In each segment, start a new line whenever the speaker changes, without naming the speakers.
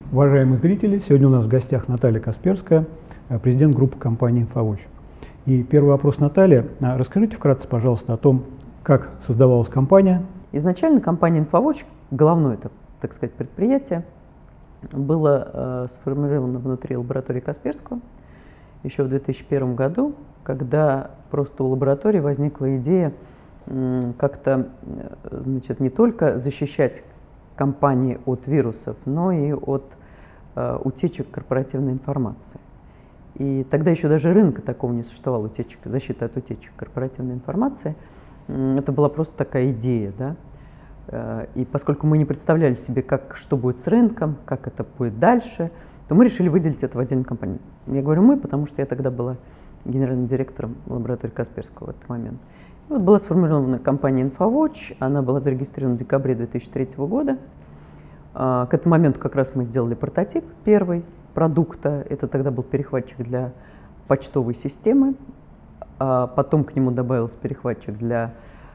Уважаемые зрители, сегодня у нас в гостях Наталья Касперская, президент группы компании «Инфовоч». И первый вопрос, Наталья. Расскажите вкратце, пожалуйста, о том, как создавалась компания.
Изначально компания «Инфовоч», головное, так сказать, предприятие, было сформировано внутри лаборатории Касперского еще в 2001 году, когда просто у лаборатории возникла идея как-то, значит, не только защищать компании от вирусов, но и от утечек корпоративной информации. И тогда еще даже рынка такого не существовало, защиты от утечек корпоративной информации. Это была просто такая идея, да. И поскольку мы не представляли себе, что будет с рынком, как это будет дальше, то мы решили выделить это в отдельную компанию. Я говорю «мы», потому что я тогда была генеральным директором лаборатории Касперского в этот момент. И вот была сформирована компания «Инфовоч», она была зарегистрирована в декабре 2003 года. К этому моменту как раз мы сделали прототип первый продукта, это тогда был перехватчик для почтовой системы, потом к нему добавился перехватчик для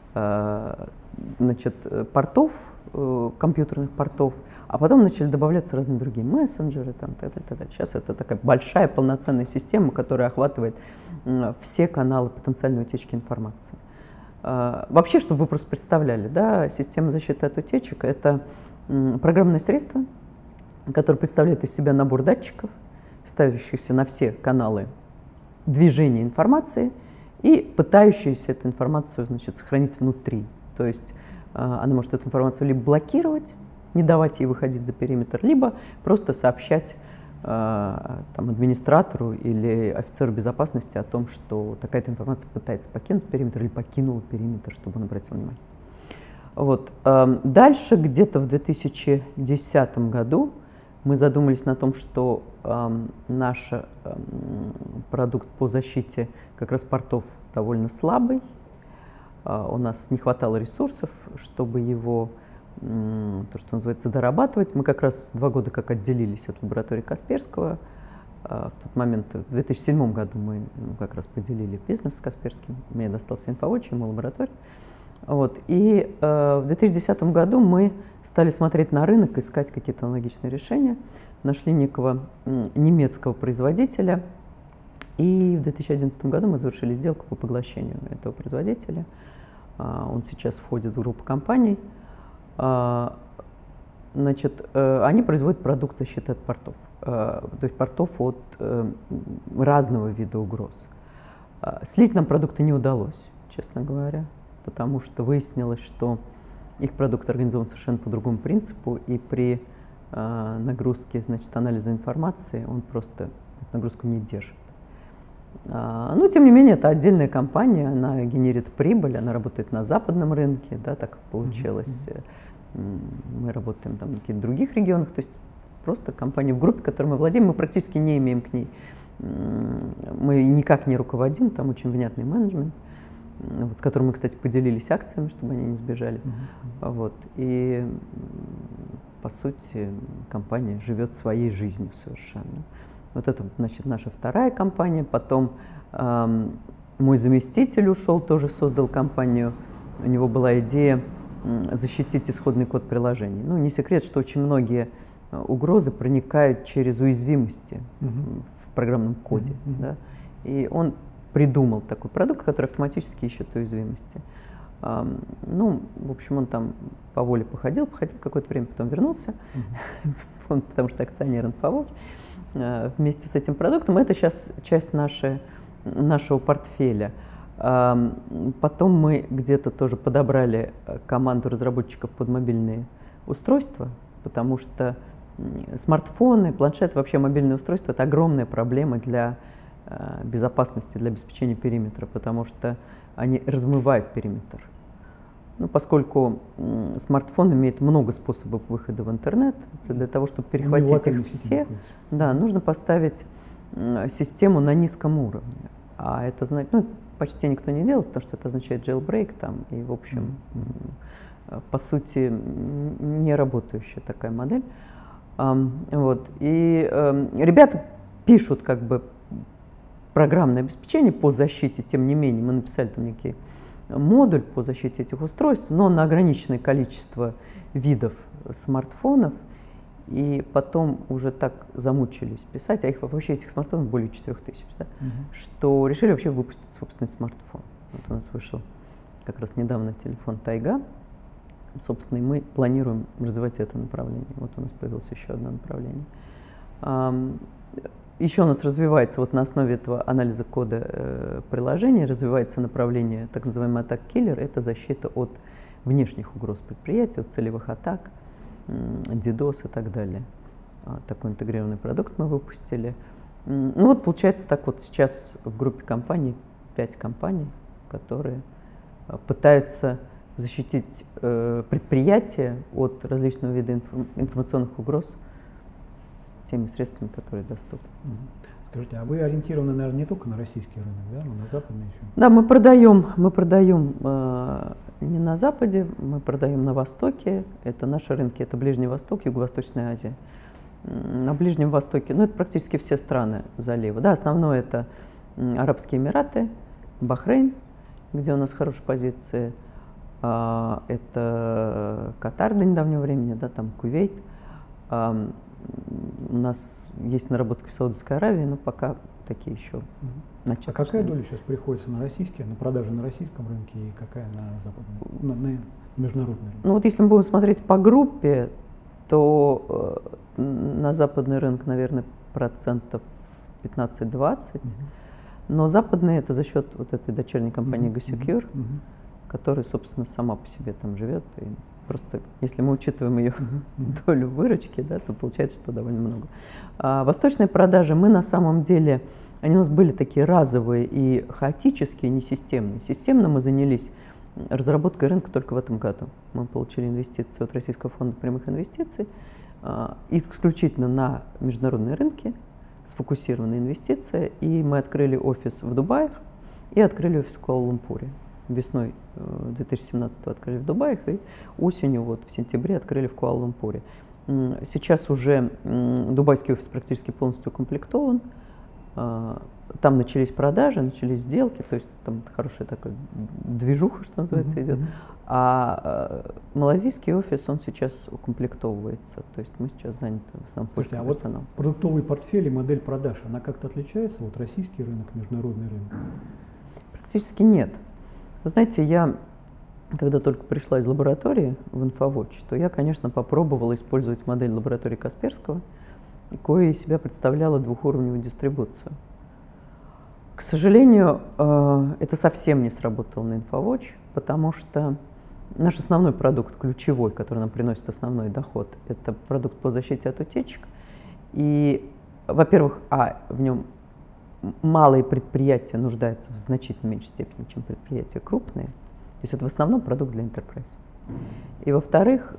значит, портов, компьютерных портов, а потом начали добавляться разные другие мессенджеры, там, так далее. Сейчас это такая большая полноценная система, которая охватывает все каналы потенциальной утечки информации. Вообще, чтобы вы просто представляли, да, система защиты от утечек – это программное средство, которое представляет из себя набор датчиков, ставящихся на все каналы движения информации и пытающиеся эту информацию, значит, сохранить внутри. То есть она может эту информацию либо блокировать, не давать ей выходить за периметр, либо просто сообщать там, администратору или офицеру безопасности о том, что такая-то информация пытается покинуть периметр или покинула периметр, чтобы он обратил внимание. Вот. Дальше, где-то в 2010 году, мы задумались на том, что наш продукт по защите как раз портов довольно слабый. У нас не хватало ресурсов, чтобы его, то, что называется, дорабатывать. Мы как раз 2 года как отделились от лаборатории Касперского. В тот момент, в 2007 году мы как раз поделили бизнес с Касперским. Мне достался «Инфовоч», ему лаборатория. Вот. И в 2010 году мы стали смотреть на рынок, искать какие-то аналогичные решения. Нашли некого немецкого производителя. И в 2011 году мы завершили сделку по поглощению этого производителя. Он сейчас входит в группу компаний. Значит, они производят продукт защиты от портов. То есть портов от разного вида угроз. Слить нам продукты не удалось, честно говоря, потому что выяснилось, что их продукт организован совершенно по другому принципу, и при нагрузке, значит, анализа информации он просто эту нагрузку не держит. Но, тем не менее, это отдельная компания, она генерит прибыль, она работает на западном рынке, да, так получилось. Мы работаем там в каких-то других регионах, то есть просто компания в группе, которой мы владеем, мы практически не имеем к ней, мы никак не руководим, там очень внятный менеджмент, вот, с которым мы, кстати, поделились акциями, чтобы они не сбежали. Вот. И, по сути, компания живет своей жизнью совершенно. Вот это, значит, наша вторая компания. Потом мой заместитель ушел, тоже создал компанию. У него была идея защитить исходный код приложений. Ну, не секрет, что очень многие угрозы проникают через уязвимости в программном коде. Да? И он придумал такой продукт, который автоматически ищет уязвимости. Ну, в общем, он там по воле походил какое-то время, потом вернулся, потому что акционер «Инфовоч». Вместе с этим продуктом. Это сейчас часть нашего портфеля. Потом мы где-то тоже подобрали команду разработчиков под мобильные устройства, потому что смартфоны, планшеты, вообще мобильные устройства – это огромная проблема для безопасности, для обеспечения периметра, потому что они размывают периметр. Ну, поскольку смартфон имеет много способов выхода в интернет, то для того, чтобы перехватить их все, да, нужно поставить систему на низком уровне. А это, ну, почти никто не делает, потому что это означает jailbreak там, и, в общем, по сути, не работающая такая модель. Вот. И ребята пишут как бы программное обеспечение по защите, тем не менее, мы написали там некий модуль по защите этих устройств, но на ограниченное количество видов смартфонов. И потом уже так замучились писать, а их вообще этих смартфонов более 4000, да, что решили вообще выпустить собственный смартфон. Вот у нас вышел как раз недавно телефон Тайга. Собственно, и мы планируем развивать это направление. Вот у нас появилось еще одно направление. Еще у нас развивается вот на основе этого анализа кода приложения, развивается направление так называемый Attack Killer. Это защита от внешних угроз предприятия, от целевых атак, DDoS и так далее. Такой интегрированный продукт мы выпустили. Ну вот получается так вот сейчас в группе компаний 5 компаний, которые пытаются защитить предприятия от различного вида информационных угроз теми средствами, которые доступны.
Скажите, а вы ориентированы, наверное, не только на российский рынок, да, но на западный еще?
Да, мы продаем не на Западе, мы продаем на Востоке. Это наши рынки, это Ближний Восток, Юго-Восточная Азия. На Ближнем Востоке, ну это практически все страны залива. Да, основное это Арабские Эмираты, Бахрейн, где у нас хорошие позиции. Это Катар до недавнего времени, да, там Кувейт. У нас есть наработки в Саудовской Аравии, но пока такие еще начаточные.
А какая доля сейчас приходится на российские, на продажи на российском рынке и какая на западном, на международном рынке?
Ну вот если мы будем смотреть по группе, то на западный рынок, наверное, процентов 15-20, но западные это за счет вот этой дочерней компании GoSecure, которая, собственно, сама по себе там живет. И просто, если мы учитываем ее долю выручки, да, то получается, что довольно много. Восточные продажи мы на самом деле, они у нас были такие разовые и хаотические, не системные. Системно мы занялись разработкой рынка только в этом году. Мы получили инвестиции от Российского фонда прямых инвестиций, исключительно на международные рынки, сфокусированные инвестиции, и мы открыли офис в Дубае и открыли офис в Куала-Лумпуре. Весной 2017 открыли в Дубае, и осенью, вот в сентябре, открыли в Куала-Лумпуре. Сейчас уже дубайский офис практически полностью укомплектован. Там начались продажи, начались сделки, то есть там хорошая такая движуха, что называется, идет. А малазийский офис, он сейчас укомплектовывается, то есть мы сейчас заняты в основном поиском персонала.
Вот продуктовый портфель и модель продаж, она как-то отличается, вот российский рынок, международный рынок?
Практически нет. Вы знаете, я, когда только пришла из лаборатории в InfoWatch, то я, конечно, попробовала использовать модель лаборатории Касперского, кое из себя представляла двухуровневую дистрибуцию. К сожалению, это совсем не сработало на InfoWatch, потому что наш основной продукт, ключевой, который нам приносит основной доход, это продукт по защите от утечек. И, во-первых, в нем малые предприятия нуждаются в значительно меньшей степени, чем предприятия крупные. То есть это в основном продукт для enterprise. И, во-вторых,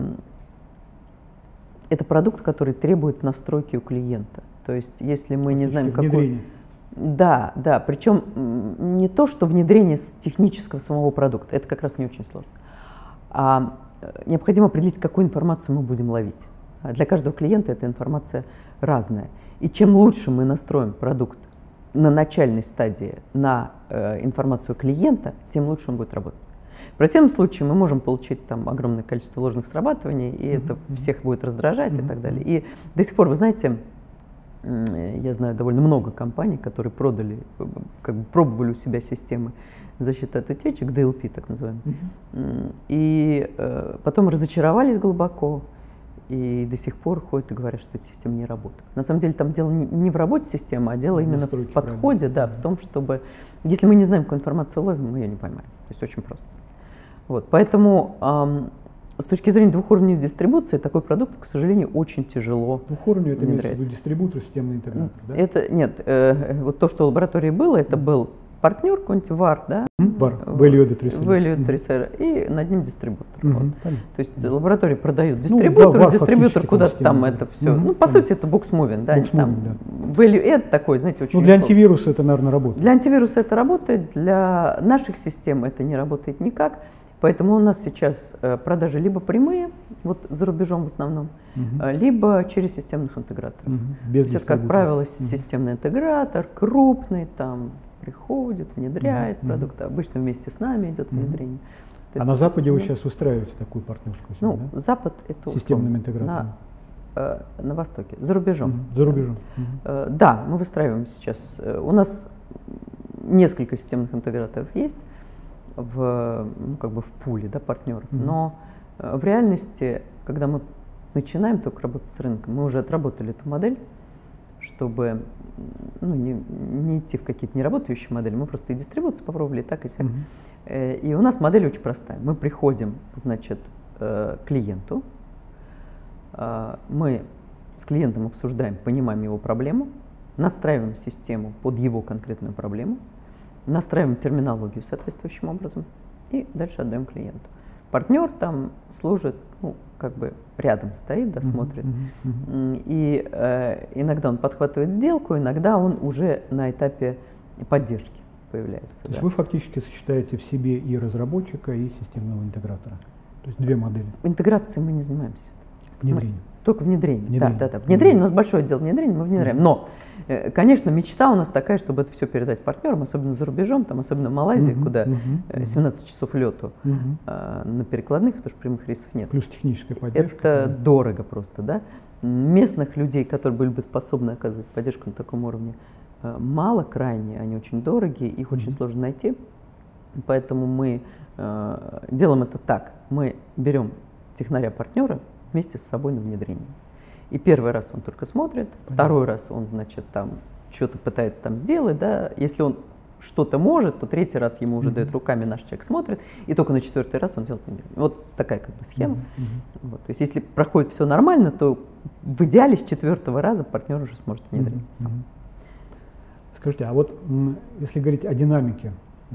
это продукт, который требует настройки у клиента. То есть если мы не знаем, какой... Да, причем не то, что внедрение технического самого продукта, это как раз не очень сложно, а необходимо определить, какую информацию мы будем ловить. Для каждого клиента эта информация разная. И чем лучше мы настроим продукт на начальной стадии на информацию клиента, тем лучше он будет работать. В противном случае мы можем получить там огромное количество ложных срабатываний, и это всех будет раздражать и так далее. И до сих пор, вы знаете, я знаю довольно много компаний, которые продали, как бы пробовали у себя системы защиты от утечек, DLP так называемые, и потом разочаровались глубоко, и до сих пор ходят и говорят, что эти системы не работают. На самом деле там дело не в работе системы, а дело именно в подходе, да, в том, чтобы, если мы не знаем, какую информацию ловим, мы ее не поймаем. То есть очень просто. Вот, поэтому с точки зрения двухуровневой дистрибуции такой продукт, к сожалению, очень тяжело.
Двухуровневый — это имеется в виду дистрибутор, системный интегратор, да?
Это нет, вот то, что в лаборатории было, это был партнер, какой-нибудь VAR, да?
VAR, Value Added Reseller.
Value Added Reseller, и над ним дистрибутор. Вот. То есть лаборатории продают
дистрибутор,
дистрибутор куда-то там это все. Ну, по сути, это box-moving, да? Там Value Add такой, знаете, очень.
Ну, для антивируса это, наверное, работает.
Для антивируса это работает, для наших систем это не работает никак. Поэтому у нас сейчас продажи либо прямые, вот за рубежом в основном, либо через системных интеграторов. То есть это, как правило, системный интегратор, крупный, там приходит, внедряет продукты, обычно вместе с нами идет внедрение.
А на Западе вы сейчас устраиваете такую партнерскую связь,
да? Запад это
системным интегратором.
На Востоке, за рубежом.
За рубежом.
Да, мы выстраиваем сейчас. У нас несколько системных интеграторов есть как бы в пуле, да, партнеров, но в реальности, когда мы начинаем только работать с рынком, мы уже отработали эту модель, чтобы не идти в какие-то неработающие модели, мы просто и дистрибуцию попробовали, и так, и сяк. И у нас модель очень простая. Мы приходим, значит, к клиенту, мы с клиентом обсуждаем, понимаем его проблему, настраиваем систему под его конкретную проблему, настраиваем терминологию соответствующим образом и дальше отдаем клиенту. Партнер там служит, как бы рядом стоит, да, смотрит. И иногда он подхватывает сделку, иногда он уже на этапе поддержки появляется.
То есть вы фактически сочетаете в себе и разработчика, и системного интегратора. То есть две модели.
Интеграцией мы не занимаемся.
Внедрением.
Только внедрение. Да. Внедрение, у нас большой отдел внедрения, мы внедряем. Но, конечно, мечта у нас такая, чтобы это все передать партнерам, особенно за рубежом, там, особенно в Малайзии, куда 17 часов лету на перекладных, потому что прямых рейсов нет.
Плюс техническая поддержка.
Это дорого просто, да. Местных людей, которые были бы способны оказывать поддержку на таком уровне, мало крайне, они очень дорогие, их очень сложно найти. Поэтому мы делаем это так. Мы берем технаря-партнера вместе с собой на внедрение. И первый раз он только смотрит, второй раз он, значит, там что-то пытается там сделать, да. Если он что-то может, то третий раз ему уже дает руками, наш человек смотрит, и только на четвертый раз он делает внедрение. Вот такая как бы схема. Вот. То есть если проходит все нормально, то в идеале с четвертого раза партнер уже сможет внедрить сам.
Скажите, а вот если говорить о динамике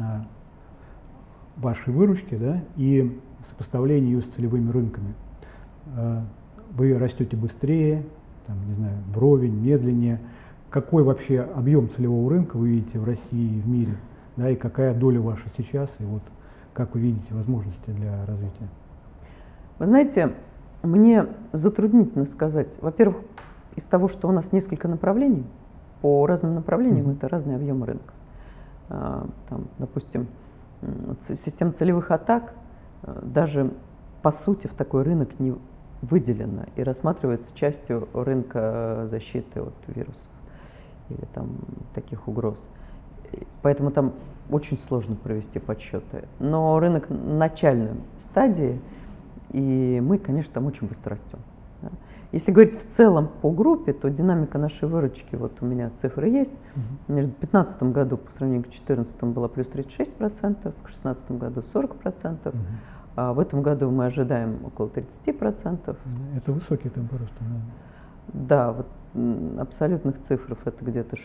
вашей выручки, да, и сопоставлении ее с целевыми рынками, вы растете быстрее, там, не знаю, вровень, медленнее. Какой вообще объем целевого рынка вы видите в России и в мире, да, и какая доля ваша сейчас, и вот как вы видите возможности для развития?
Вы знаете, мне затруднительно сказать. Во-первых, из того, что у нас несколько направлений, по разным направлениям это разные объемы рынка. Там, допустим, система целевых атак даже по сути в такой рынок не выделена и рассматривается частью рынка защиты от вирусов или там таких угроз. Поэтому там очень сложно провести подсчеты. Но рынок на начальной стадии, и мы, конечно, там очень быстро растем. Да. Если говорить в целом по группе, то динамика нашей выручки, вот у меня цифры есть, в 2015 году по сравнению к 2014 была плюс 36%, в 2016 году 40%, а в этом году мы ожидаем около 30%.
Это высокий темп роста.
Да, вот абсолютных цифр это где-то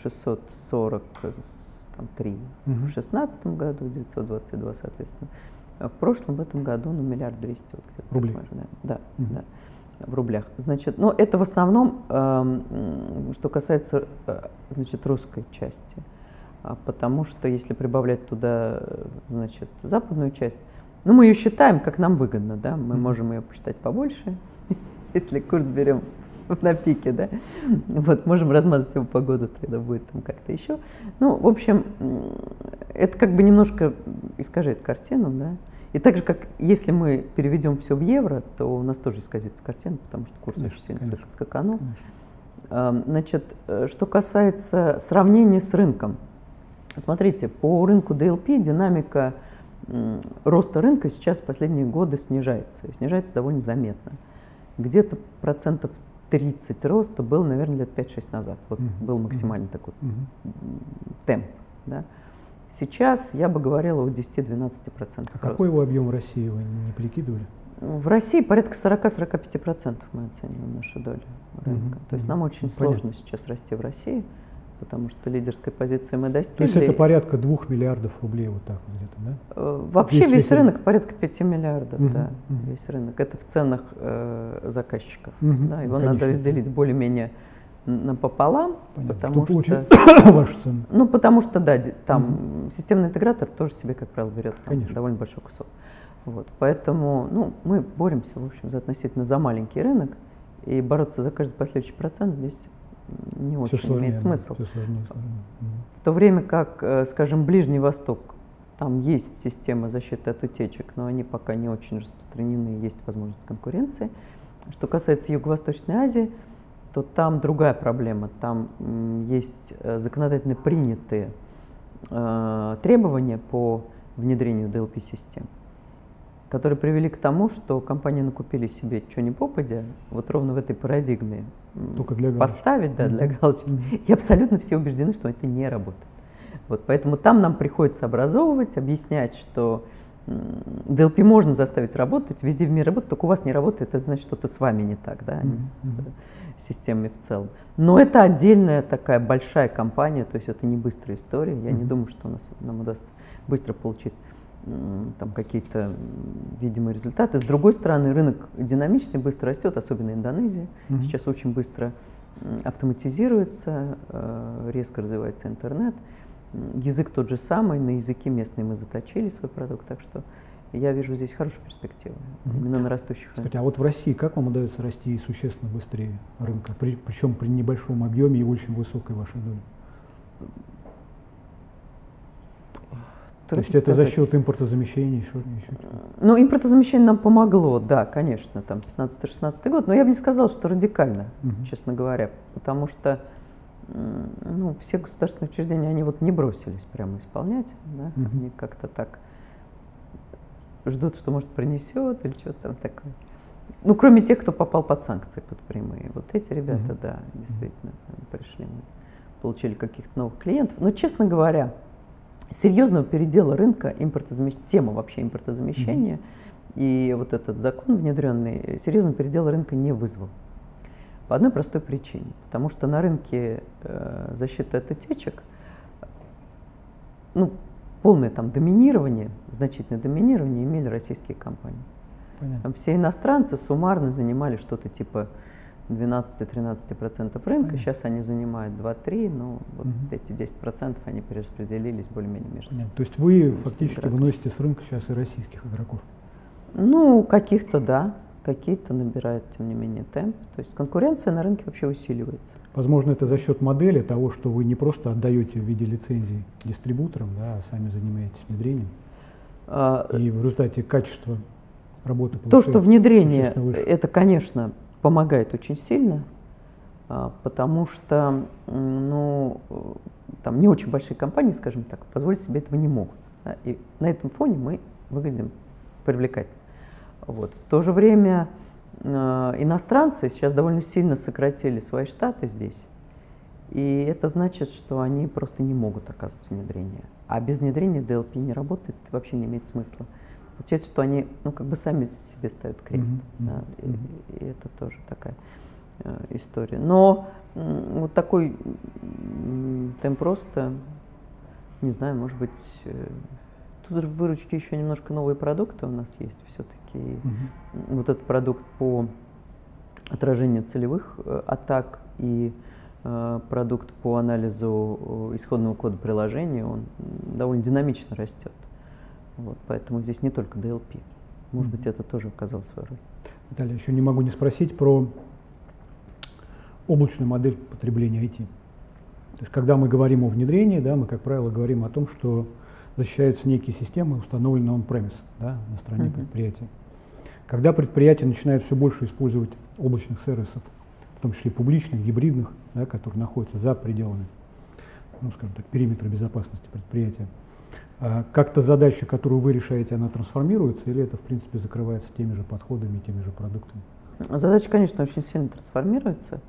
643 в 2016 году, 922, соответственно. А в прошлом, в этом году, миллиард 200. Вот
рублей.
Мы ожидаем. Да, да, в рублях. Значит, но это в основном, что касается, значит, русской части. Потому что если прибавлять туда, значит, западную часть, ну, мы ее считаем, как нам выгодно, да, мы можем ее посчитать побольше, если курс берем на пике, да, вот, можем размазать его по году, тогда будет там как-то еще. Ну, в общем, это как бы немножко искажает картину, да, и так же, как если мы переведем все в евро, то у нас тоже исказится картина, потому что курс очень сильно скаканул. Значит, что касается сравнения с рынком, смотрите, по рынку DLP динамика роста рынка сейчас в последние годы снижается, и снижается довольно заметно. Где-то 30% роста был, наверное, лет 5-6 назад. Вот был максимальный такой темп. Да. Сейчас я бы говорила о 10-12%.
А какой его объем в России вы не прикидывали?
В России порядка 40-45% мы оцениваем нашу долю рынка. То есть нам очень сложно сейчас расти в России, потому что лидерской позиции мы достигли.
То есть это порядка 2 миллиардов рублей вот так вот где-то, да?
Вообще весь рынок порядка 5 миллиардов, да, весь рынок. Это в ценах заказчиков. Да, его надо разделить более-менее напополам, потому что…
вашу цену.
Ну, потому что, да, там системный интегратор тоже себе, как правило, берет довольно большой кусок. Вот, поэтому, ну, мы боремся, в общем, относительно за маленький рынок, и бороться за каждый последующий процент здесь не очень имеет смысл. В то время как, скажем, Ближний Восток, там есть система защиты от утечек, но они пока не очень распространены, есть возможность конкуренции. Что касается Юго-Восточной Азии, то там другая проблема. Там есть законодательно принятые требования по внедрению DLP-систем, которые привели к тому, что компании накупили себе что ни попадя, вот ровно в этой парадигме поставить, да, для галочки, и абсолютно все убеждены, что это не работает. Вот, поэтому там нам приходится образовывать, объяснять, что DLP можно заставить работать, везде в мире работает, только у вас не работает, это значит, что-то с вами не так, да, а не с системой в целом. Но это отдельная такая большая компания, то есть это не быстрая история. Я не думаю, что нам удастся быстро получить там какие-то видимые результаты. С другой стороны, рынок динамичный, быстро растет, особенно Индонезия. Сейчас очень быстро автоматизируется, резко развивается интернет. Язык тот же самый, на языки местные мы заточили свой продукт, так что я вижу здесь хорошую перспективу, именно на растущих рынках.
Кстати, а вот в России как вам удается расти существенно быстрее рынка, причем при небольшом объеме и очень высокой вашей доли? То есть это за счет импортозамещения еще?
Ну, импортозамещение нам помогло, да, конечно, там 15-16 год, но я бы не сказала, что радикально, честно говоря, потому что ну, все государственные учреждения, они вот не бросились прямо исполнять, да? Они как-то так ждут, что, может, принесет или что-то там такое. Ну, кроме тех, кто попал под санкции, под прямые. Вот эти ребята, да, действительно, пришли, мы получили каких-то новых клиентов. Но, честно говоря, серьезного передела рынка, тема вообще импортозамещения и вот этот закон внедренный, серьезного передела рынка не вызвал. По одной простой причине. Потому что на рынке защиты от утечек, ну, полное там доминирование, значительное доминирование имели российские компании. Там все иностранцы суммарно занимали что-то типа 12-13% рынка. Понятно. Сейчас они занимают 2-3%, но вот эти 10% они перераспределились более-менее между.
Понятно. То есть вы фактически выносите с рынка сейчас и российских игроков?
Ну, каких-то да. Какие-то набирают, тем не менее, темп. То есть конкуренция на рынке вообще усиливается.
Возможно, это за счет модели того, что вы не просто отдаете в виде лицензий дистрибуторам, да, а сами занимаетесь внедрением. И в результате качество работы
получается. То, что внедрение, это, конечно, помогает очень сильно, потому что ну, там не очень большие компании, скажем так, позволить себе этого не могут. Да, и на этом фоне мы выглядим привлекательно. Вот. В то же время иностранцы сейчас довольно сильно сократили свои штаты здесь, и это значит, что они просто не могут оказывать внедрение. А без внедрения DLP не работает, вообще не имеет смысла. Получается, что они ну, как бы сами себе ставят крест. Да, и это тоже такая история. Но вот такой темп просто, не знаю, может быть, тут в выручке еще немножко новые продукты у нас есть все-таки. Вот этот продукт по отражению целевых атак и продукт по анализу исходного кода приложения, он довольно динамично растет. Вот, поэтому здесь не только DLP. Может быть, это тоже оказало свою роль.
Виталий, еще не могу не спросить про облачную модель потребления IT. То есть, когда мы говорим о внедрении, да, мы, как правило, говорим о том, что защищаются некие системы, установленные on-premise, да, на стороне предприятия. Когда предприятия начинают все больше использовать облачных сервисов, в том числе публичных, гибридных, да, которые находятся за пределами, ну, скажем так, периметра безопасности предприятия, как-то задача, которую вы решаете, она трансформируется или это, в принципе, закрывается теми же подходами, теми же продуктами?
Задача, конечно, очень сильно трансформируется.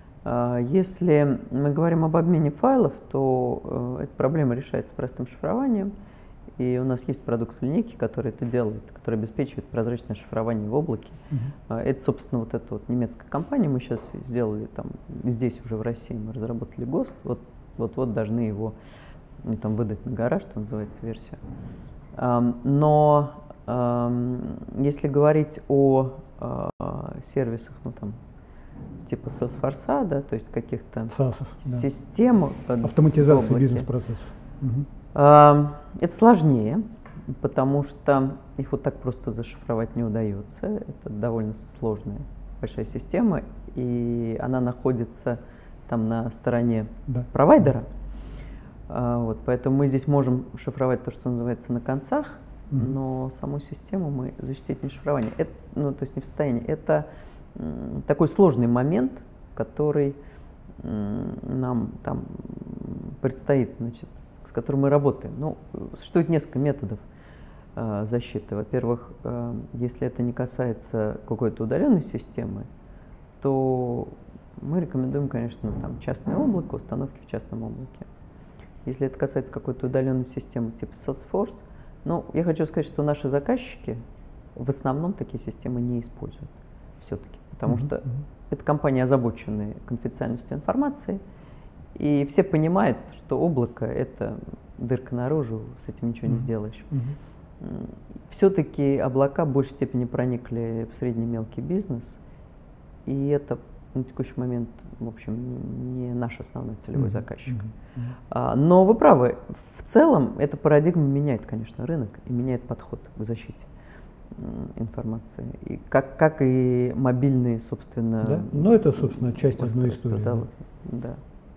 Если мы говорим об обмене файлов, то эта проблема решается простым шифрованием. И у нас есть продукт в линейке, который это делает, который обеспечивает прозрачное шифрование в облаке. Это, собственно, вот эта вот немецкая компания. Мы сейчас сделали там, здесь уже в России, мы разработали ГОСТ. Вот должны его там выдать на гора, что называется, версию. Но если говорить о сервисах, ну там, типа Salesforce, да, то есть каких-то систем.
Автоматизации бизнес-процессов.
Это сложнее, потому что их вот так просто зашифровать не удается. Это довольно сложная большая система, и она находится там на стороне провайдера. Вот, поэтому мы здесь можем шифровать то, что называется, на концах, но саму систему мы защитить не шифрование. Это, ну, то есть не в состоянии. Это такой сложный момент, который нам там предстоит, значит, с которым мы работаем. Ну, существует несколько методов защиты. Во-первых, если это не касается какой-то удаленной системы, то мы рекомендуем, конечно, там, частное облако, установки в частном облаке. Если это касается какой-то удаленной системы типа Salesforce, ну, я хочу сказать, что наши заказчики в основном такие системы не используют все-таки, потому что это компании, озабоченные конфиденциальностью информации, и все понимают, что облако – это дырка наружу, с этим ничего не сделаешь. Все-таки облака в большей степени проникли в средний мелкий бизнес, и это на текущий момент, в общем, не наш основной целевой заказчик. Но вы правы, в целом эта парадигма меняет, конечно, рынок и меняет подход к защите информации, и как и мобильные, собственно.
Да? Но это, собственно, часть одной истории.
Да. Да.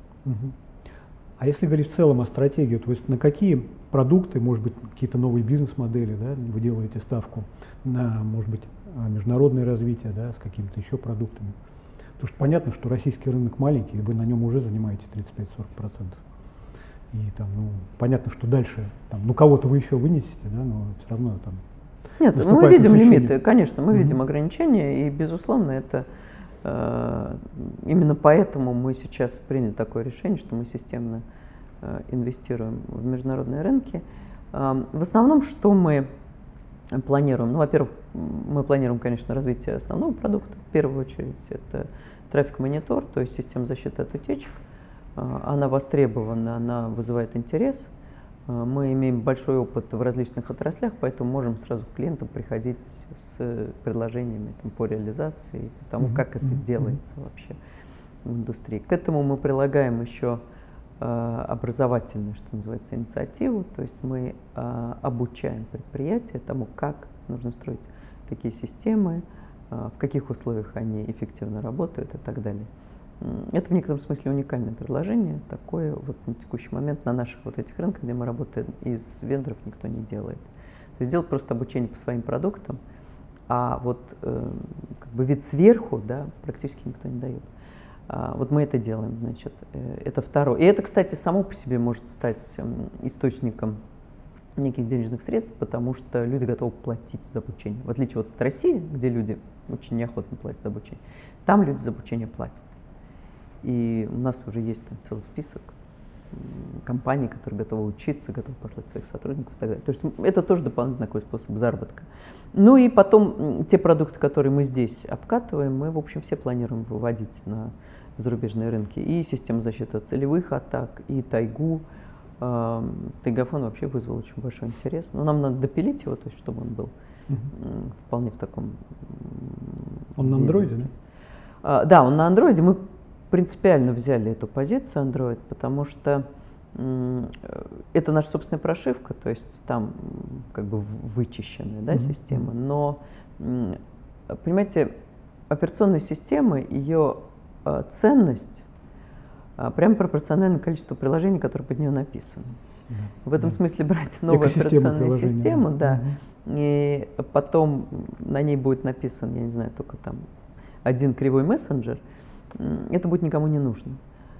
А если говорить в целом о стратегии, то есть на какие продукты, может быть, какие-то новые бизнес-модели, да, вы делаете ставку на, может быть, международное развитие, да, с какими-то еще продуктами? Потому что понятно, что российский рынок маленький, и вы на нем уже занимаете 35-40%. И там, ну, понятно, что дальше, там, ну, кого-то вы еще вынесете, да, но все равно там.
Нет, мы видим лимиты, конечно, мы видим ограничения, и, безусловно, это именно поэтому мы сейчас приняли такое решение, что мы системно инвестируем в международные рынки. В основном, что мы планируем? Ну, во-первых, мы планируем, конечно, развитие основного продукта. В первую очередь, это трафик-монитор, то есть система защиты от утечек. Она востребована, она вызывает интерес. Мы имеем большой опыт в различных отраслях, поэтому можем сразу к клиентам приходить с предложениями там, по реализации, по тому, как это делается вообще в индустрии. К этому мы прилагаем еще образовательную, что называется, инициативу, то есть мы обучаем предприятия тому, как нужно строить такие системы, в каких условиях они эффективно работают и так далее. Это в некотором смысле уникальное предложение, такое вот на текущий момент на наших вот этих рынках, где мы работаем, из вендоров никто не делает. То есть делать просто обучение по своим продуктам, а вот как бы вид сверху, да, практически никто не дает. Вот мы это делаем, значит, это второе. И это, кстати, само по себе может стать источником неких денежных средств, потому что люди готовы платить за обучение. В отличие от России, где люди очень неохотно платят за обучение, там люди за обучение платят. И у нас уже есть там целый список компаний, которые готовы учиться, готовы послать своих сотрудников и так далее. То есть это тоже дополнительный такой способ заработка. Ну и потом те продукты, которые мы здесь обкатываем, мы, в общем, все планируем выводить на зарубежные рынки. И систему защиты от целевых атак, и тайгу. Тайгафон вообще вызвал очень большой интерес. Но нам надо допилить его, то есть чтобы он был вполне в таком...
Он на андроиде,
да? Да, он на андроиде. Мы принципиально взяли эту позицию Android, потому что это наша собственная прошивка, то есть там как бы вычищенная, да, система, но, понимаете, операционная система, ее ценность прямо пропорциональна количеству приложений, которые под нее написаны. В этом смысле брать новую операционную систему, да, и потом на ней будет написан, я не знаю, только там один кривой мессенджер, это будет никому не нужно.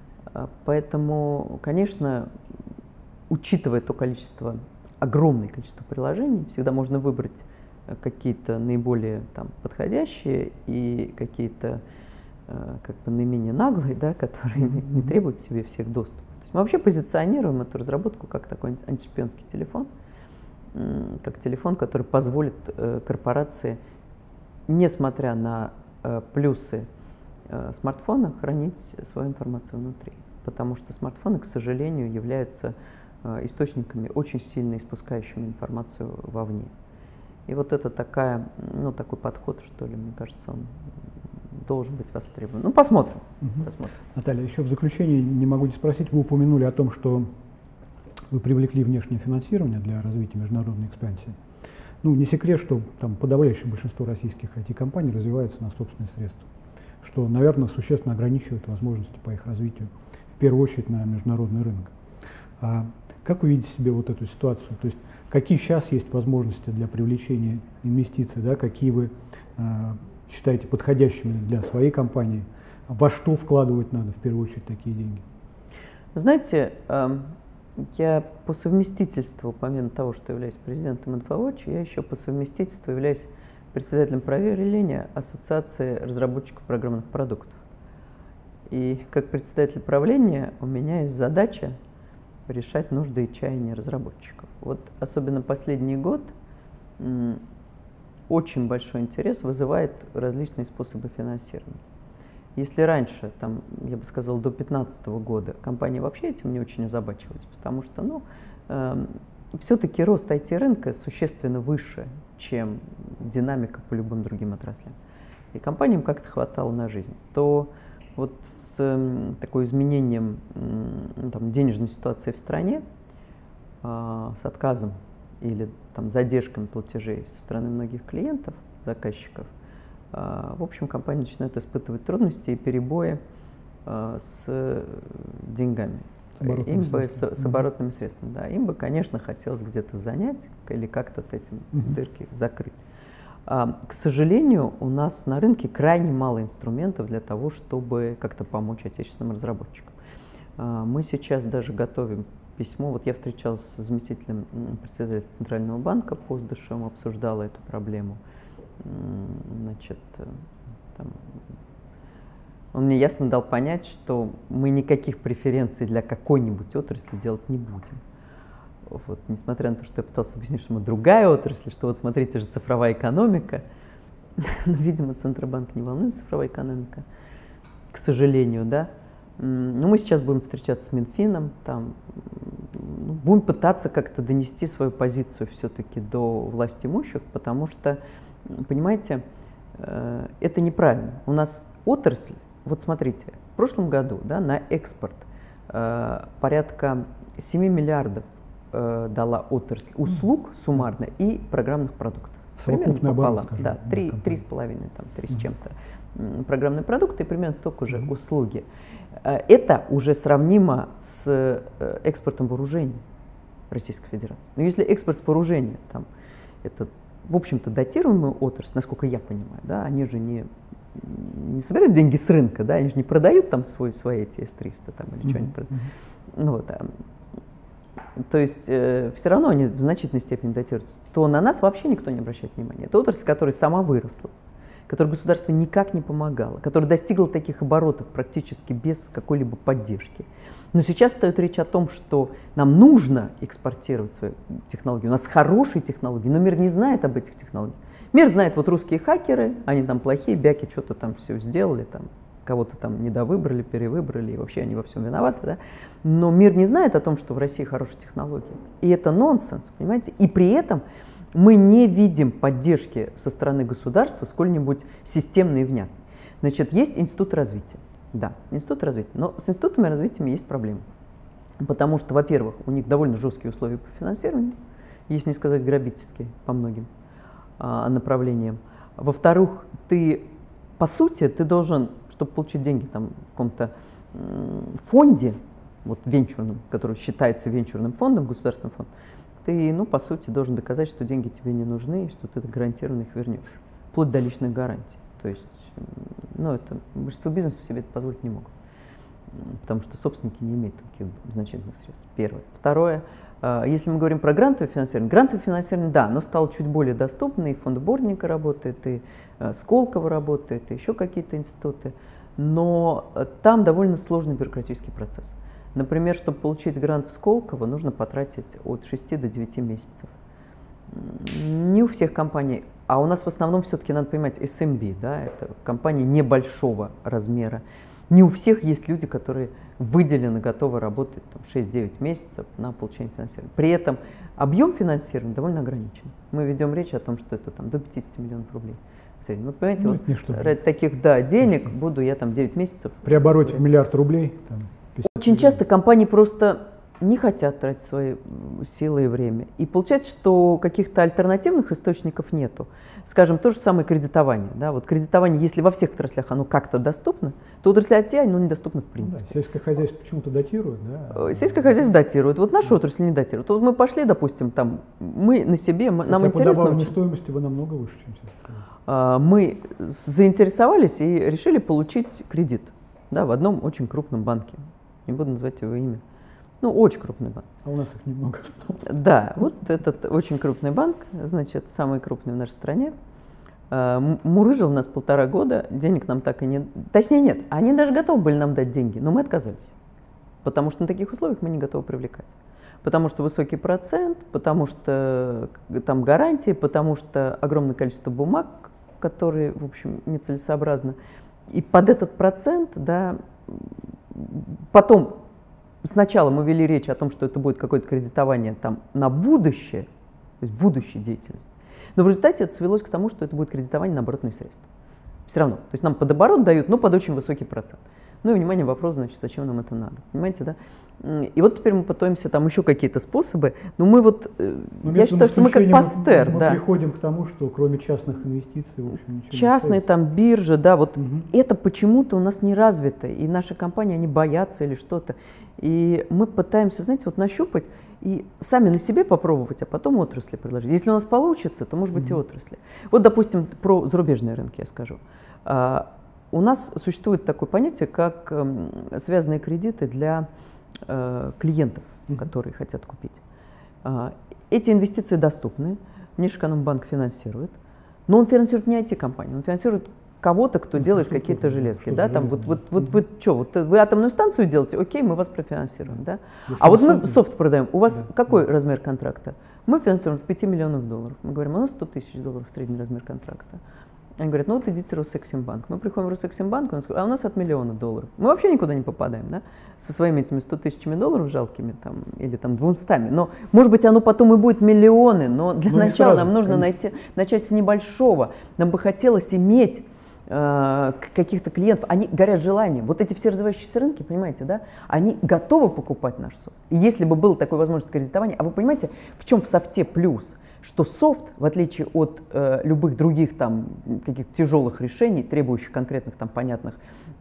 Поэтому, конечно, учитывая то количество, огромное количество приложений, всегда можно выбрать какие-то наиболее там, подходящие и какие-то как бы наименее наглые, да, которые не требуют себе всех доступов. То есть мы вообще позиционируем эту разработку как такой антишпионский телефон, как телефон, который позволит корпорации, несмотря на плюсы смартфона, хранить свою информацию внутри. Потому что смартфоны, к сожалению, являются источниками, очень сильно испускающими информацию вовне. И вот это такой подход, что ли, мне кажется, он должен быть востребован. Ну, посмотрим. Посмотрим.
Наталья, еще в заключение не могу не спросить, вы упомянули о том, что вы привлекли внешнее финансирование для развития международной экспансии. Ну, не секрет, что там подавляющее большинство российских IT-компаний развиваются на собственные средства, что, наверное, существенно ограничивает возможности по их развитию, в первую очередь на международный рынок. А как вы видите себе вот эту ситуацию? То есть какие сейчас есть возможности для привлечения инвестиций, да, какие вы считаете подходящими для своей компании во что вкладывать надо в первую очередь такие деньги?
Знаете, я по совместительству, помимо того, что являюсь президентом InfoWatch, я еще по совместительству являюсь председателем правления Ассоциации разработчиков программных продуктов. И как председатель правления у меня есть задача решать нужды и чаяния разработчиков. Вот особенно последний год очень большой интерес вызывает различные способы финансирования. Если раньше, там, я бы сказал, до 2015 года компании вообще этим не очень озабачивались, потому что все-таки рост IT-рынка существенно выше, чем динамика по любым другим отраслям. И компаниям как-то хватало на жизнь. То вот с таким изменением денежной ситуации в стране, с отказом или задержками платежей со стороны многих клиентов, заказчиков, в общем, компания начинает испытывать трудности и перебои с деньгами, с оборотными средствами. Да. Им бы, конечно, хотелось где-то занять или как-то эти дырки закрыть. К сожалению, у нас на рынке крайне мало инструментов для того, чтобы как-то помочь отечественным разработчикам. Мы сейчас даже готовим письмо. Вот я встречалась с заместителем председателя Центрального банка Поздышевым, обсуждала эту проблему. Значит, он мне ясно дал понять, что мы никаких преференций для какой-нибудь отрасли делать не будем. Вот, несмотря на то, что я пытался объяснить, что мы другая отрасль, что вот смотрите же цифровая экономика, но, видимо, Центробанк не волнует цифровая экономика, к сожалению, да. Но мы сейчас будем встречаться с Минфином, будем пытаться как-то донести свою позицию все-таки до власти имущих, потому что, понимаете, это неправильно. У нас отрасль, вот смотрите, в прошлом году на экспорт порядка 7 миллиардов дала отрасль услуг суммарно и программных продуктов. Примерно пополам. Да, 3,5, 3 с чем-то программные продукты и примерно столько же услуги. Это уже сравнимо с экспортом вооружений Российской Федерации. Но если экспорт вооружения, это, в общем-то, датируемая отрасль, насколько я понимаю, да, они же не собирают деньги с рынка, да, они же не продают свои эти С-300 или что-нибудь. Вот, то есть все равно они в значительной степени датируются. То на нас вообще никто не обращает внимания. Это отрасль, которая сама выросла, которой государство никак не помогало, которая достигла таких оборотов практически без какой-либо поддержки. Но сейчас стоит речь о том, что нам нужно экспортировать свои технологии. У нас хорошие технологии, но мир не знает об этих технологиях. Мир знает, вот русские хакеры, они плохие, бяки что-то все сделали, кого-то недовыбрали, перевыбрали, и вообще они во всем виноваты. Да? Но мир не знает о том, что в России хорошие технологии. И это нонсенс, понимаете? И при этом мы не видим поддержки со стороны государства сколь-нибудь системной и внятной. Значит, есть институт развития. Да, институт развития. Но с институтами развития есть проблемы. Потому что, во-первых, у них довольно жесткие условия по финансированию, если не сказать грабительские по многим направлениям. Во-вторых, по сути, ты должен, чтобы получить деньги в каком-то фонде, вот венчурном, который считается венчурным фондом, государственным фондом, ты, по сути, должен доказать, что деньги тебе не нужны, и что ты гарантированно их вернешь, вплоть до личных гарантий. То есть, это большинство бизнесов себе это позволить не могут, потому что собственники не имеют таких значительных средств. Первое. Второе. Если мы говорим про грантовое финансирование, да, оно стало чуть более доступно, и фонд Борника работает, и Сколково работает, и еще какие-то институты, но там довольно сложный бюрократический процесс. Например, чтобы получить грант в Сколково, нужно потратить от 6 до 9 месяцев. Не у всех компаний, а у нас в основном все-таки, надо понимать, SMB, да, это компании небольшого размера. Не у всех есть люди, которые выделены, готовы работать 6-9 месяцев на получение финансирования. При этом объем финансирования довольно ограничен. Мы ведем речь о том, что это до 50 миллионов рублей. Вот понимаете, ради таких денег буду я 9 месяцев.
При обороте в миллиард рублей.
Очень часто компании просто не хотят тратить свои силы и время. И получается, что каких-то альтернативных источников нету. Скажем, то же самое кредитование. Да? Вот кредитование, если во всех отраслях оно как-то доступно, то отрасль IT оно недоступно в принципе.
Да, сельское хозяйство почему-то датирует, да?
Сельское хозяйство датирует. Вот наша отрасль не датирует. Вот мы пошли, допустим, мы на себе, нам интересно.
По добавленной стоимости вы намного выше, чем все.
Мы заинтересовались и решили получить кредит. да, в одном очень крупном банке. Не буду называть его имя. Ну, очень крупный банк.
А у нас их немного осталось.
Да, вот этот очень крупный банк, значит, самый крупный в нашей стране, мурыжил нас 1,5 года, денег нам так и не... Точнее, нет, они даже готовы были нам дать деньги, но мы отказались. Потому что на таких условиях мы не готовы привлекать. Потому что высокий процент, потому что там гарантии, потому что огромное количество бумаг, которые, в общем, нецелесообразны. И под этот процент, да, потом сначала мы вели речь о том, что это будет какое-то кредитование там на будущее, то есть будущая деятельность. Но в результате это свелось к тому, что это будет кредитование на оборотные средства. Все равно. То есть нам под оборот дают, но под очень высокий процент. Ну и, внимание, вопрос, значит, зачем нам это надо. Понимаете, да? И вот теперь мы пытаемся там еще какие-то способы, но мы вот, я считаю, что мы как Пастер.
Мы приходим к тому, что кроме частных инвестиций, в общем, ничего
частные
не
там биржи, да, вот это почему-то у нас не развито, и наши компании, они боятся или что-то. И мы пытаемся, знаете, вот нащупать и сами на себе попробовать, а потом отрасли предложить. Если у нас получится, то, может быть, и отрасли. Вот, допустим, про зарубежные рынки я скажу. У нас существует такое понятие, как связанные кредиты для клиентов, которые хотят купить. Эти инвестиции доступны, Внешэкономбанк финансирует, но он финансирует не IT-компанию, он финансирует кого-то, кто делает какие-то железки. Да, там, вот вы что, вот вы атомную станцию делаете, окей, мы вас профинансируем. Да? А вот мы софт продаем, у вас какой размер контракта? Мы финансируем от 5 миллионов долларов. Мы говорим, у нас 100 тысяч долларов средний размер контракта. Они говорят, ну вот идите в Росэксимбанк. Мы приходим в Росэксимбанк, а у нас от миллиона долларов. Мы вообще никуда не попадаем, да, со своими этими 100 тысячами долларов жалкими там, или там 200. Но, может быть, оно потом и будет миллионы, но для начала нам нужно начать с небольшого. Нам бы хотелось иметь каких-то клиентов, они горят желанием. Вот эти все развивающиеся рынки, понимаете, да, они готовы покупать наш софт. И если бы была такая возможность кредитования, а вы понимаете, в чем в софте плюс? Что софт, в отличие от любых других там каких-то тяжелых решений, требующих конкретных там понятных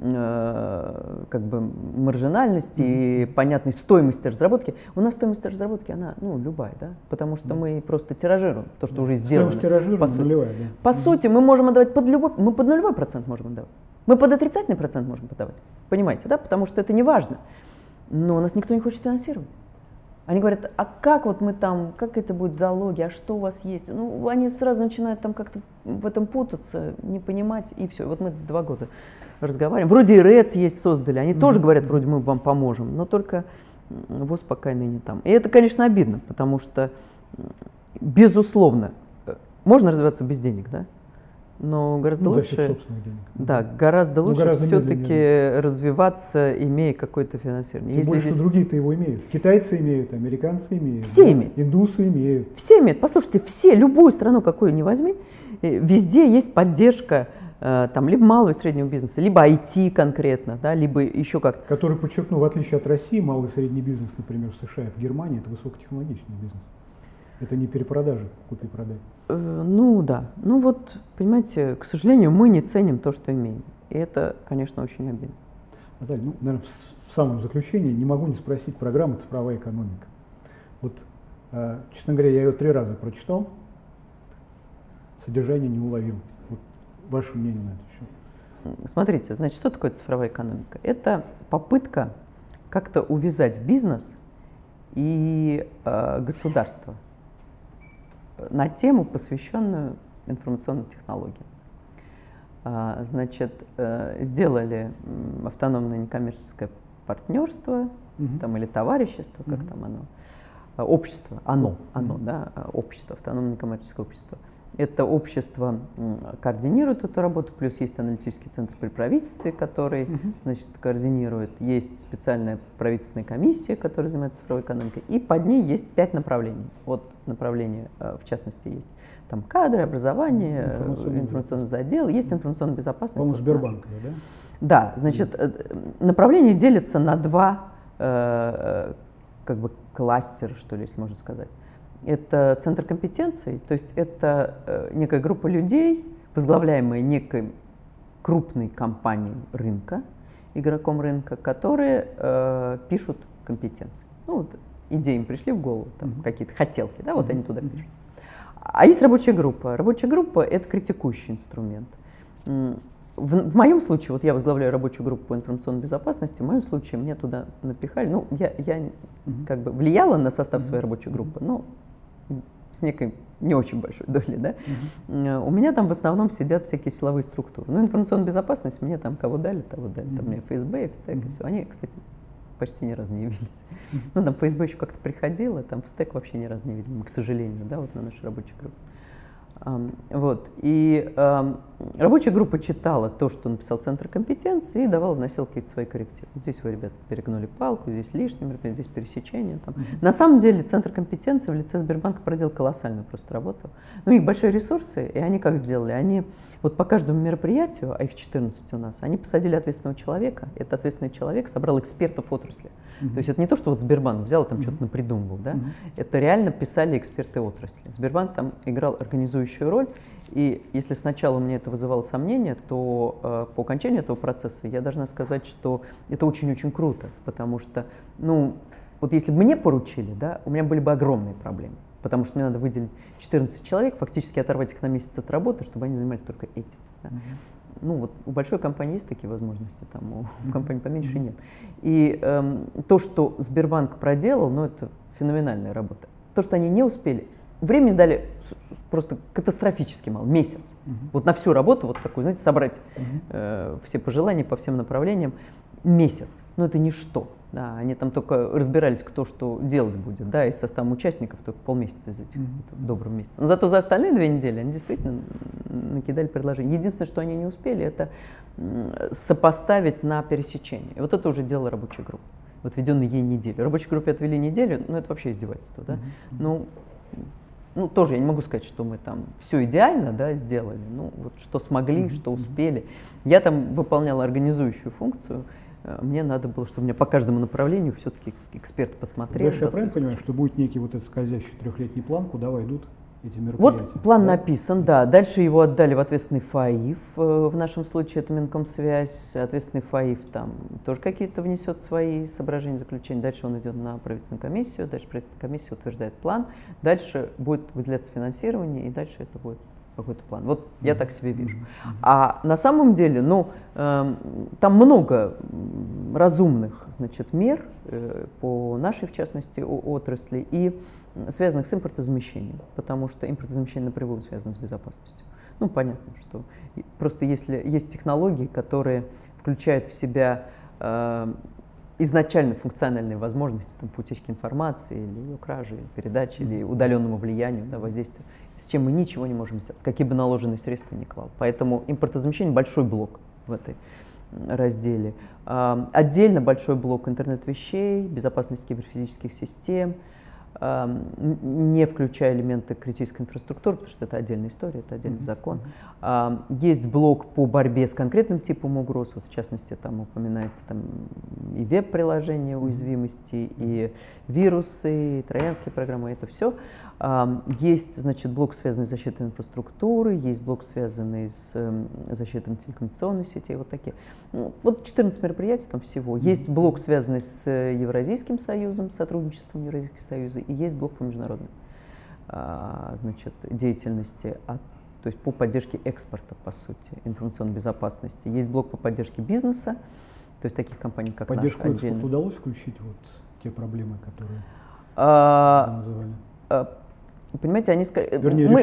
как бы маржинальности и понятной стоимости разработки, у нас стоимость разработки, она, ну, любая, да, потому что мы просто тиражируем то, что уже сделано.
По сути. Нулевая, да.
По сути, мы можем отдавать под любой, мы под 0% можем отдавать, мы под отрицательный процент можем подавать, понимаете, да, потому что это не важно, но нас никто не хочет финансировать. Они говорят, а как вот мы там, как это будет залоги, а что у вас есть? Ну, они сразу начинают там как-то в этом путаться, не понимать, и все. Вот мы 2 года разговариваем. Вроде и РЭЦ есть создали, они тоже говорят, вроде мы вам поможем, но только ВОЗ пока ныне там. И это, конечно, обидно, потому что, безусловно, можно развиваться без денег, да? Но гораздо лучше, да, гораздо лучше все-таки развиваться, имея какое-то финансирование.
Тем более, что другие-то его имеют. Китайцы имеют, американцы имеют.
Все да? имеют.
Индусы имеют.
Все имеют. Послушайте, все, любую страну, какую ни возьми, везде есть поддержка там, либо малого и среднего бизнеса, либо IT конкретно, да, либо еще как-то.
Который, подчеркну, в отличие от России, малый и средний бизнес, например, в США и в Германии, это высокотехнологичный бизнес. Это не перепродажа, купи-продай.
Ну да. Ну вот, понимаете, к сожалению, мы не ценим то, что имеем. И это, конечно, очень обидно.
Наталья, ну, наверное, в самом заключении не могу не спросить программу «Цифровая экономика». Вот, честно говоря, я ее 3 раза прочитал, содержание не уловил. Вот ваше мнение на этот счет.
Смотрите, значит, что такое цифровая экономика? Это попытка как-то увязать бизнес и государство на тему, посвященную информационным технологиям. Значит, сделали автономное некоммерческое партнерство, там, или товарищество, как там оно, общество, да, общество, автономное некоммерческое общество. Это общество координирует эту работу, плюс есть аналитический центр при правительстве, который, значит, координирует, есть специальная правительственная комиссия, которая занимается цифровой экономикой, и под ней есть 5 направлений. Вот направления, в частности, есть там кадры, образование, информационный отдел, есть информационная безопасность.
По-моему, Сбербанк, да?
Да, значит, направления делятся на 2 как бы кластера, что ли, если можно сказать. Это центр компетенций, то есть это некая группа людей, возглавляемая некой крупной компанией рынка, игроком рынка, которые пишут компетенции. Ну, вот идеи им пришли в голову, там, какие-то хотелки, да, вот они туда пишут. А есть рабочая группа. Рабочая группа – это критикующий инструмент. в моем случае, вот я возглавляю рабочую группу по информационной безопасности, в моем случае мне туда напихали, ну, я как бы влияла на состав своей рабочей группы, но с некой не очень большой долей, да. У меня там в основном сидят всякие силовые структуры. Ну, информационная безопасность, мне там кого дали, того дали. Там мне ФСБ, ФСТЭК и все. Они, кстати, почти ни разу не явились. Ну, там ФСБ еще как-то приходило, там ФСТЭК вообще ни разу не видели, к сожалению, да, вот на нашей рабочей группе. Вот. И рабочая группа читала то, что написал Центр компетенции, и давала, вносила какие-то свои коррективы. Здесь вы, ребята, перегнули палку, здесь лишнее, здесь пересечение. Там. На самом деле Центр компетенции в лице Сбербанка проделал колоссальную просто работу. Ну, у них большие ресурсы, и они как сделали? Они вот по каждому мероприятию, а их 14 у нас, они посадили ответственного человека. Этот ответственный человек собрал экспертов отрасли. То есть это не то, что вот Сбербанк взял и там что-то напридумывал, да? Это реально писали эксперты отрасли. Сбербанк там играл организующую роль, и если сначала мне это вызывало сомнения, то по окончании этого процесса я должна сказать, что это очень-очень круто, потому что, ну, вот если бы мне поручили, да, у меня были бы огромные проблемы, потому что мне надо выделить 14 человек, фактически оторвать их на месяц от работы, чтобы они занимались только этим. Да. Ну вот у большой компании есть такие возможности, там у компании поменьше нет. И то, что Сбербанк проделал, ну это феноменальная работа. То, что они не успели, времени дали просто катастрофически мало, месяц. Вот на всю работу, вот такую, знаете, собрать все пожелания по всем направлениям, месяц. Но это ничто. Да, они там только разбирались, кто что делать будет, да, из состава участников только полмесяца из этих, доброго месяца. Но зато за остальные 2 недели они действительно накидали предложения. Единственное, что они не успели, это сопоставить на пересечение. И вот это уже делала рабочая группа, вот введенная ей неделю. Рабочей группе отвели неделю, ну это вообще издевательство, да. Ну, тоже я не могу сказать, что мы там все идеально, да, сделали, ну, вот что смогли, что успели. Я там выполняла организующую функцию. Мне надо было, чтобы у меня по каждому направлению все-таки эксперт посмотрел.
Дальше я правильно понимаю, что будет некий вот этот скользящий 3-летний план, куда войдут эти мероприятия?
Вот план написан, да. Дальше его отдали в ответственный ФАИФ. В нашем случае это Минкомсвязь. Ответственный ФАИФ там тоже какие-то внесет свои соображения, заключения. Дальше он идет на правительственную комиссию. Дальше правительственная комиссия утверждает план. Дальше будет выделяться финансирование, и дальше это будет какой-то план. Вот я так себе вижу. А на самом деле, ну, там много разумных, значит, мер по нашей, в частности, отрасли и связанных с импортозамещением, потому что импортозамещение напрямую связано с безопасностью. Ну, понятно, что просто если есть технологии, которые включают в себя изначально функциональные возможности там, по утечке информации, или ее кражи, или передачи, или удаленному влиянию, да, воздействию, с чем мы ничего не можем сделать, какие бы наложенные средства ни клал. Поэтому импортозамещение – большой блок в этой разделе. Отдельно большой блок интернет вещей, безопасность киберфизических систем, не включая элементы критической инфраструктуры, потому что это отдельная история, это отдельный закон. Есть блок по борьбе с конкретным типом угроз, вот в частности там упоминается там, и веб-приложения уязвимости, и вирусы, и троянские программы, это все. Есть, значит, блок, связанный с защитой инфраструктуры, есть блок, связанный с защитой телекоммуникационной сети, вот такие. Ну, вот 14 мероприятий там всего. Есть блок, связанный с Евразийским союзом, сотрудничеством Евразийского союза, и есть блок по международной, значит, деятельности, то есть по поддержке экспорта, по сути, информационной безопасности. Есть блок по поддержке бизнеса, то есть таких компаний, как наша, отдельно.
Поддержку экспорта удалось включить вот те проблемы, которые вы называли?
Понимаете, они сказали,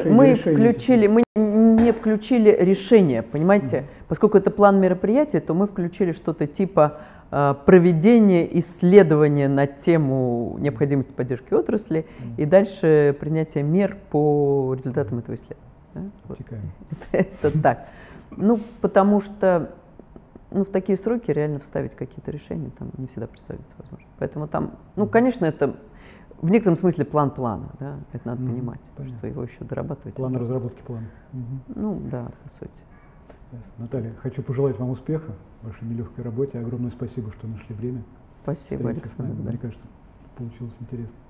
мы не включили решение, понимаете, поскольку это план мероприятий, то мы включили что-то типа проведения исследования на тему необходимости поддержки отрасли и дальше принятие мер по результатам этого исследования. Да? Вот. Это так. Ну, потому что в такие сроки реально вставить какие-то решения там не всегда представляется возможно. Поэтому там, ну, конечно, это в некотором смысле план плана, да, это надо понимать, потому что его еще дорабатывать.
План разработки плана.
Ну да, по сути.
Ясно. Наталья, хочу пожелать вам успеха в вашей нелегкой работе. Огромное спасибо, что нашли время.
Спасибо, Александр.
Мне кажется, получилось интересно.